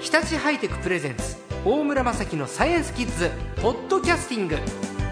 日立ハイテクプレゼンツ大村雅樹のサイエンスキッズポッドキャスティング。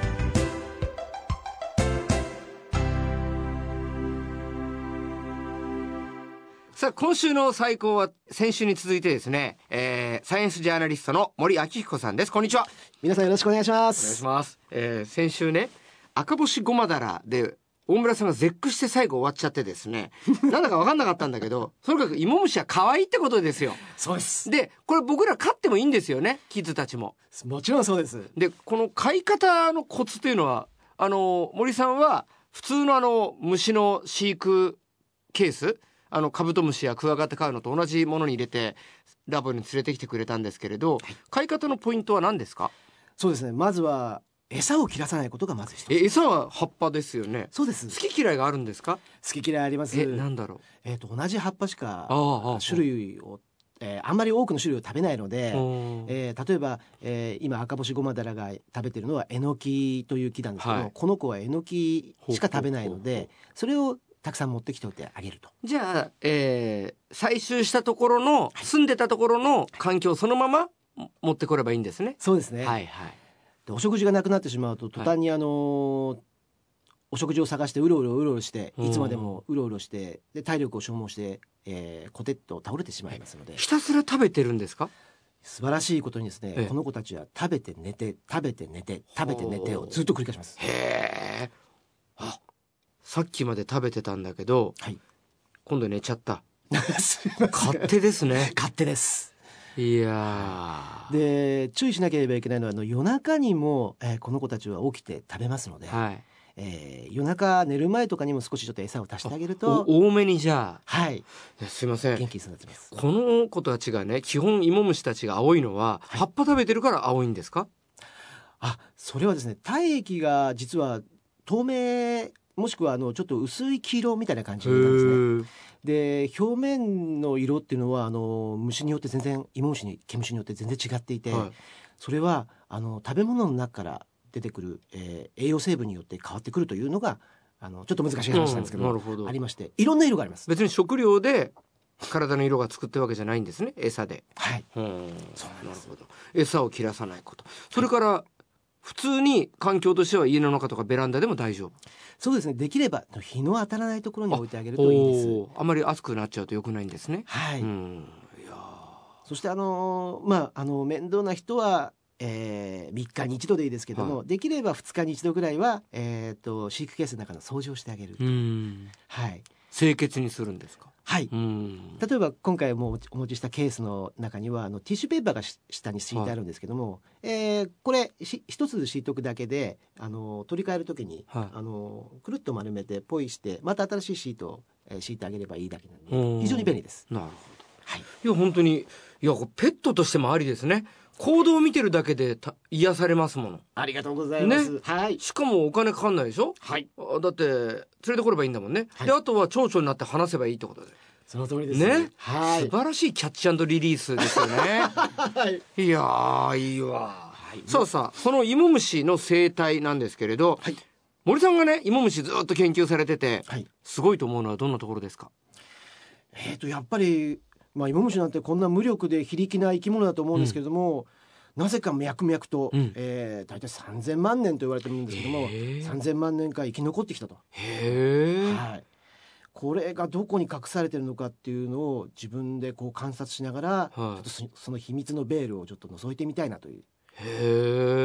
さあ、今週の最高は先週に続いてですね、サイエンスジャーナリストの森明彦さんです。こんにちは。 皆さんよろしくお願いしまお願いす。 します。先週ね、赤星ゴマダラで大村さんが絶句して最後終わっちゃってですねなんだか分かんなかったんだけど、とにかく芋虫は可愛いってことですよ。 そうです。 でこれ僕ら飼ってもいいんですよね、キッズたちも。 もちろんそうです。 でこの飼い方のコツというのは森さんは普通の虫の飼育ケース、カブトムシやクワガタ飼うのと同じものに入れてラボに連れてきてくれたんですけれど、飼い方のポイントは何ですか？ そうですね。まずは餌を切らさないことがまず一つ。 餌は葉っぱですよね。 そうです。 好き嫌いがあるんですか？ 好き嫌いあります。 なんだろう。 同じ葉っぱしかああ種類を、あんまり多くの種類を食べないので、例えば、今赤星ゴマダラが食べてるのはエノキという木なんですけども、 はいこの子はエノキしか食べないので、それをたくさん持ってきておいてあげると。 じゃあ、採集したところの住んでたところの環境をそのまま持ってこればいいんですね。 そうですね。 はいはい。 でお食事がなくなってしまうと途端にお食事を探してうろうろして、いつまでもうろうろしてで体力を消耗して、コテッと倒れてしまいますので、 ひたすら食べてるんですか？ 素晴らしいことにですね、この子たちは食べて寝て食べて寝て食べて寝てをずっと繰り返します。 へえ。あ、さっきまで食べてたんだけど、 はい。 今度寝ちゃった。 すいません。 勝手ですね。 勝手です。 いやー。 で注意しなければいけないのは夜中にも、この子たちは起きて食べますので、 はい。 夜中寝る前とかにも少しちょっと餌を足してあげると、 多めにじゃあ。 はい、 いやすいません。 元気に育ちます。 この子たちがね、基本芋虫たちが青いのは、葉っぱ食べてるから青いんですか？ それはですね、体液が実は透明もしくはちょっと薄い黄色みたいな感じなんですね。で表面の色っていうのは虫によって全然、芋虫に毛虫によって全然違っていて、それは食べ物の中から出てくる、栄養成分によって変わってくるというのがちょっと難しい話なんですけど、 なるほど。 ありまして、いろんな色があります。 別に食料で体の色が作ってるわけじゃないんですね、餌で。 はい、 そうなんです。 なるほど。餌を切らさないこと、それから普通に環境としては家の中とかベランダでも大丈夫？ そうですね。できれば日の当たらないところに置いてあげるといいです。 あまり暑くなっちゃうと良くないんですね。 はい。 いやそして面倒な人は、3日に1度でいいですけども、できれば2日に1度ぐらいは、飼育ケースの中の掃除をしてあげる。はい。 清潔にするんですか？ はい。例えば今回もお持ちしたケースの中にはティッシュペーパーが下に敷いてあるんですけども、これ一つ敷いとくだけで取り替える時に、くるっと丸めてポイしてまた新しいシートを、敷いてあげればいいだけなんで非常に便利です。 なるほど。 はい。 いや本当に、いやペットとしてもありですね。行動を見てるだけで癒されますもの。 ありがとうございます。はい。 しかもお金かかんないでしょ？はい。だって連れてこればいいんだもんね。であとは蝶々になって話せばいいってことで。 その通りですね。 はい。 素晴らしいキャッチ&リリースですよね。 はい。 いやーいいわ。さあその芋虫の生態なんですけれど、森さんがね芋虫ずっと研究されてて、すごいと思うのはどんなところですか？ やっぱり芋虫なんてこんな無力で非力な生き物だと思うんですけれども、なぜか脈々と、大体3000万年と言われてるんですけども、3000万年間生き残ってきたと。はい。これがどこに隠されてるのかっていうのを自分でこう観察しながら、ちょっとその秘密のベールをちょっと覗いてみたいなという。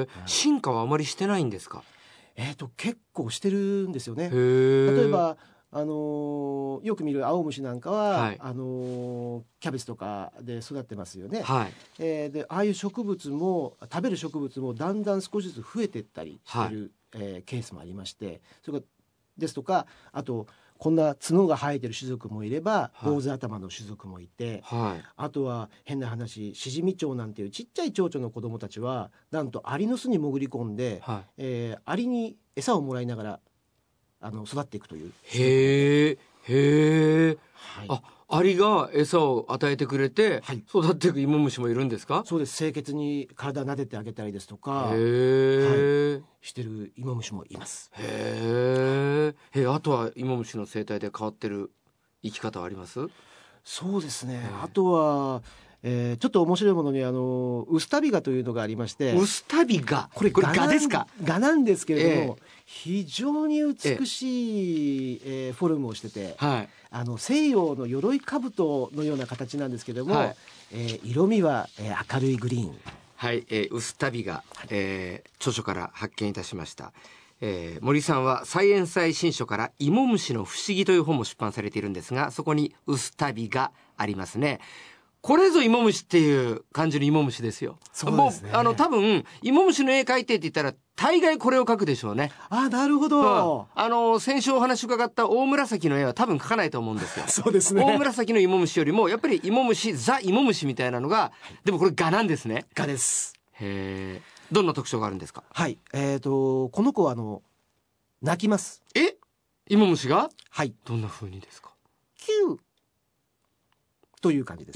進化はあまりしてないんですか？ 結構してるんですよね。例えばよく見る青虫なんかは、キャベツとかで育ってますよね。でああいう植物も食べる植物もだんだん少しずつ増えていったりしてる、ケースもありまして、それからですとか、あとこんな角が生えてる種族もいれば、坊主頭の種族もいて、あとは変な話シジミチョウなんていうちっちゃい蝶々の子供たちはなんとアリの巣に潜り込んで、アリに餌をもらいながら育っていくという。へえ、アリが餌を与えてくれて、育っていく芋虫もいるんですか？ そうです。清潔に体撫でてあげたりですとか、してる芋虫もいます。 あとは芋虫の生態で変わってる生き方はあります？ そうですね、あとは、 ちょっと面白いものにウスタビガというのがありまして。 ウスタビガ、これガですか？ ガなんですけれども、非常に美しい、フォルムをしてて、はい、西洋の鎧兜のような形なんですけれども、はい、色味は、明るいグリーン。 はい、ウスタビガ、著書から発見いたしました。森さんはサイエンスアイ新書から芋虫の不思議という本も出版されているんですが、そこにウスタビがありますね。これぞ芋虫っていう感じの芋虫ですよ。 そうですね。 もう多分芋虫の絵描いてって言ったら大概これを描くでしょうね。 あ、なるほど。 先週お話伺った大紫の絵は多分描かないと思うんですよ。 そうですね。 大紫の芋虫よりもやっぱり芋虫、ザ芋虫みたいなのが、でもこれ蛾なんですね。 蛾です。 へえ。どんな特徴があるんですか？ はい。この子は鳴きます。 芋虫が？ はい。 どんな風にですか？ キューという感じです。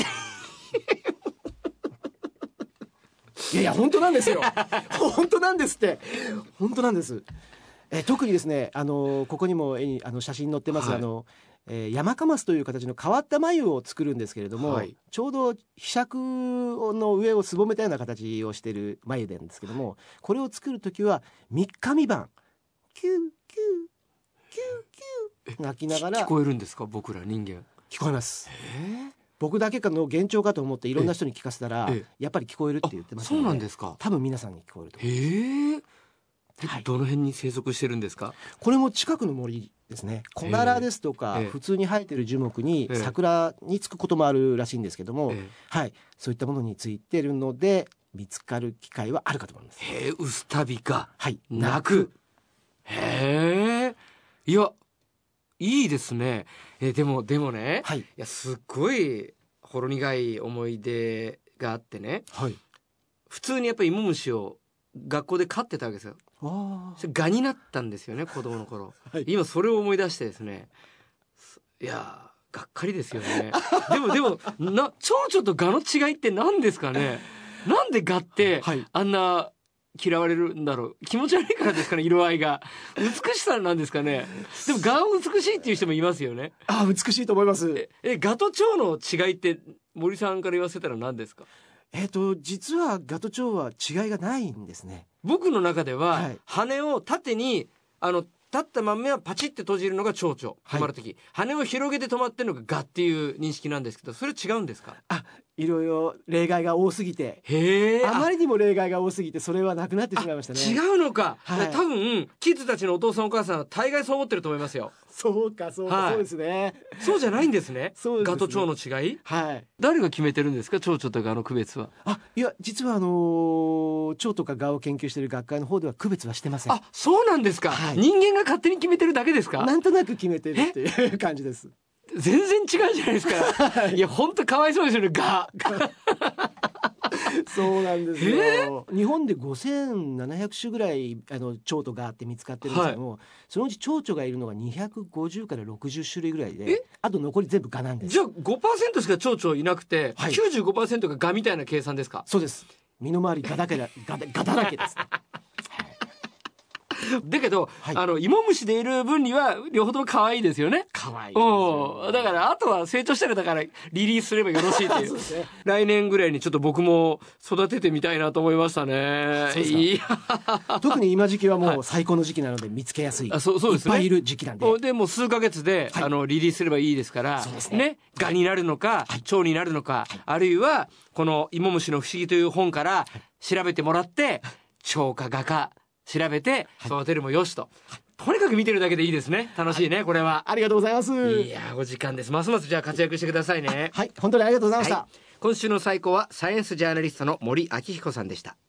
いや本当なんですよ。本当なんですって。本当なんです。特にですね、ここにも絵に写真載ってます、はい、ヤマカマスという形の変わった眉を作るんですけれども、はい、ちょうどひしゃくの上をすぼめたような形をしている眉なんですけども、これを作るときは3日3晩キューキューキューキュー鳴きながら。 聞こえるんですか？僕ら人間聞こえます。僕だけの幻聴かと思っていろんな人に聞かせたら、やっぱり聞こえるって言ってましたので。 そうなんですか？ 多分皆さんに聞こえると思います。 はい、どの辺に生息してるんですか？ これも近くの森ですね。コナラですとか、普通に生えてる樹木に桜につくこともあるらしいんですけども、はい、そういったものについてるので見つかる機会はあるかと思います。 ウスタビが、 はい、 鳴く。いやいいですね。でもね、はい、いやすっごいほろ苦い思い出があってね、はい、普通にやっぱり芋虫を学校で飼ってたわけですよ。蛾になったんですよね、子供の頃、はい、今それを思い出してですね、いやがっかりですよね。でも蝶々と蛾の違いって何ですかね。なんで蛾ってあんな嫌われるんだろう。気持ち悪いからですかね、色合いが。美しさなんですかね。でも蛾を美しいっていう人もいますよね。 美しいと思います。 蛾と蝶の違いって森さんから言わせたら何ですか？ 実は蛾と蝶は違いがないんですね。 僕の中では、はい、羽を縦に立ったまんまパチって閉じるのが蝶々、止まるとき、はい、羽を広げて止まってるのが蛾っていう認識なんですけど、それ違うんですか？ いろいろ例外が多すぎて、あまりにも例外が多すぎてそれはなくなってしまいましたね。 違うのか、はい、多分キッズたちのお父さんお母さんは大概そう思ってると思いますよ。 そうか、はい、そうですね。 そうじゃないんですね。 そうですね。 蛾と蝶の違い、 はい、 誰が決めてるんですか？蝶々と蛾の区別は。 いや実は蝶とか蛾を研究している学会の方では区別はしてません。 そうなんですか、はい、人間が勝手に決めてるだけですか？ なんとなく決めてるっていう感じです。 全然違うじゃないですか。いや本当かわいそうですよね、蛾。 そうなんですよ。日本で5700種ぐらい蝶と蛾って見つかってるんですけども、はい、そのうち蝶々がいるのが250から60種類ぐらいで、あと残り全部蛾なんです。 じゃあ 5% しか蝶々いなくて、はい、95% が蛾みたいな計算ですか？ そうです。身の回り蛾だらけですね。 だけど、はい、芋虫でいる分には両方とも可愛いですよね。 可愛いですよね。 だからあとは成長したらだからリリースすればよろしいっていう。そうね、来年ぐらいにちょっと僕も育ててみたいなと思いましたね。 特に今時期はもう最高の時期なので見つけやすい。そうですね。いっぱいいる時期なんで。 でもう数ヶ月で、はい、リリースすればいいですから、そうですね。蛾になるのか、はい、蝶になるのか、はい、あるいはこの芋虫の不思議という本から調べてもらって、蝶か蛾か調べて育てるもよしと、とにかく見てるだけでいいですね。楽しいね、これは。 ありがとうございます。 いやお時間です。ますますじゃあ活躍してくださいね。 はい、本当にありがとうございました。 今週の最高はサイエンスジャーナリストの森明彦さんでした。